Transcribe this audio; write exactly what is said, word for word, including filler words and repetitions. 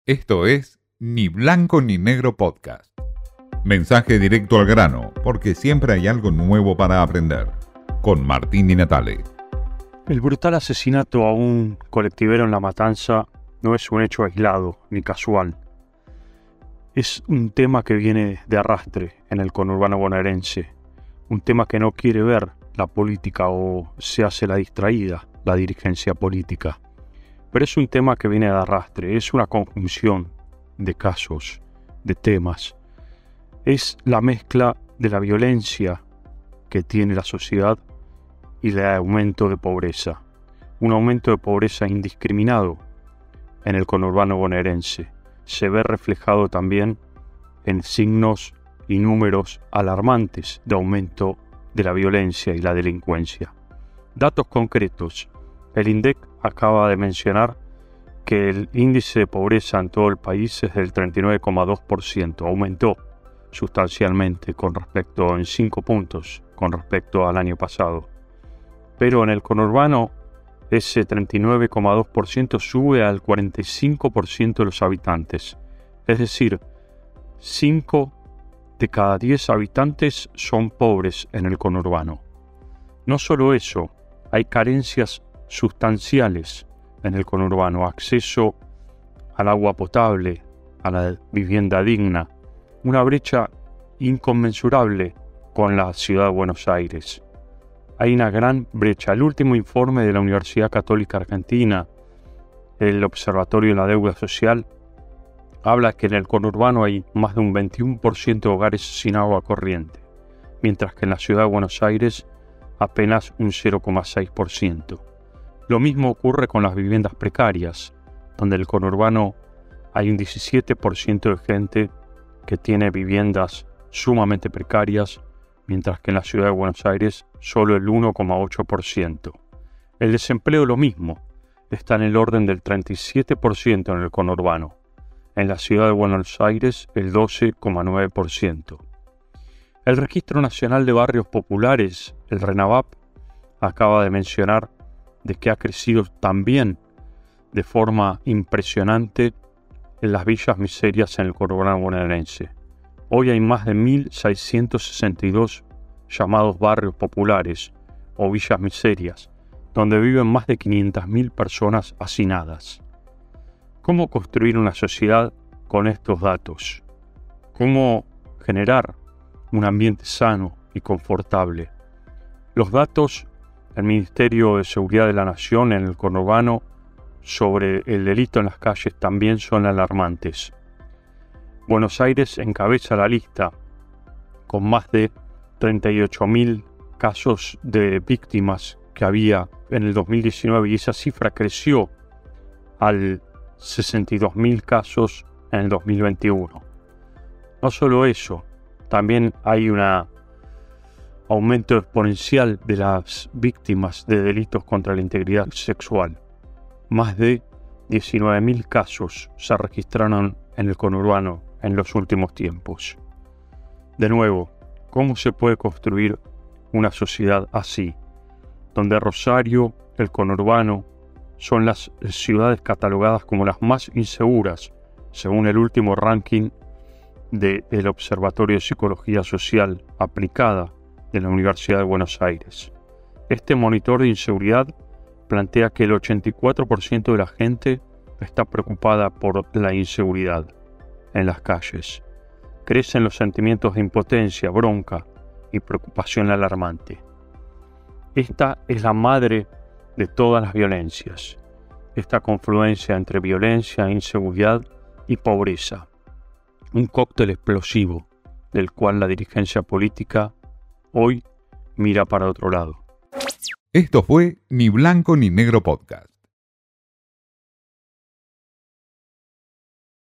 Esto es Ni Blanco ni Negro Podcast. Mensaje directo al grano, porque siempre hay algo nuevo para aprender. Con Martín Di Natale. El brutal asesinato a un colectivero en La Matanza no es un hecho aislado ni casual. Es un tema que viene de arrastre en el conurbano bonaerense. Un tema que no quiere ver la política o se hace la distraída, la dirigencia política. Pero es un tema que viene de arrastre, es una conjunción de casos, de temas. Es la mezcla de la violencia que tiene la sociedad y el aumento de pobreza. Un aumento de pobreza indiscriminado en el conurbano bonaerense. Se ve reflejado también en signos y números alarmantes de aumento de la violencia y la delincuencia. Datos concretos. El INDEC acaba de mencionar que el índice de pobreza en todo el país es del treinta y nueve coma dos por ciento. Aumentó sustancialmente con respecto en cinco puntos con respecto al año pasado. Pero en el conurbano ese treinta y nueve coma dos por ciento sube al cuarenta y cinco por ciento de los habitantes. Es decir, cinco de cada diez habitantes son pobres en el conurbano. No solo eso, hay carencias sustanciales en el conurbano, acceso al agua potable, a la vivienda digna, una brecha inconmensurable con la ciudad de Buenos Aires. Hay una gran brecha. El último informe de la Universidad Católica Argentina, el Observatorio de la Deuda Social, habla que en el conurbano hay más de un veintiuno por ciento de hogares sin agua corriente, mientras que en la ciudad de Buenos Aires apenas un cero coma seis por ciento. Lo mismo ocurre con las viviendas precarias, donde en el conurbano hay un diecisiete por ciento de gente que tiene viviendas sumamente precarias, mientras que en la ciudad de Buenos Aires solo el uno coma ocho por ciento. El desempleo lo mismo, está en el orden del treinta y siete por ciento en el conurbano. En la ciudad de Buenos Aires el doce coma nueve por ciento. El Registro Nacional de Barrios Populares, el RENAVAP, acaba de mencionar de que ha crecido también de forma impresionante en las villas miserias en el conurbano bonaerense. Hoy hay más de mil seiscientos sesenta y dos llamados barrios populares o villas miserias, donde viven más de quinientas mil personas hacinadas. ¿Cómo construir una sociedad con estos datos? ¿Cómo generar un ambiente sano y confortable? Los datos del Ministerio de Seguridad de la Nación en el conurbano sobre el delito en las calles también son alarmantes. Buenos Aires encabeza la lista con más de treinta y ocho mil casos de víctimas que había en el dos mil diecinueve y esa cifra creció al sesenta y dos mil casos en el dos mil veintiuno. No solo eso, también hay un aumento exponencial de las víctimas de delitos contra la integridad sexual. Más de diecinueve mil casos se registraron en el conurbano en los últimos tiempos. De nuevo, ¿cómo se puede construir una sociedad así, donde Rosario, el conurbano, son las ciudades catalogadas como las más inseguras, según el último ranking del Observatorio de Psicología Social Aplicada de la Universidad de Buenos Aires? Este monitor de inseguridad plantea que el ochenta y cuatro por ciento de la gente está preocupada por la inseguridad en las calles. Crecen los sentimientos de impotencia, bronca y preocupación alarmante. Esta es la madre de todas las violencias, esta confluencia entre violencia, inseguridad y pobreza. Un cóctel explosivo del cual la dirigencia política hoy mira para otro lado. Esto fue Ni Blanco ni Negro Podcast.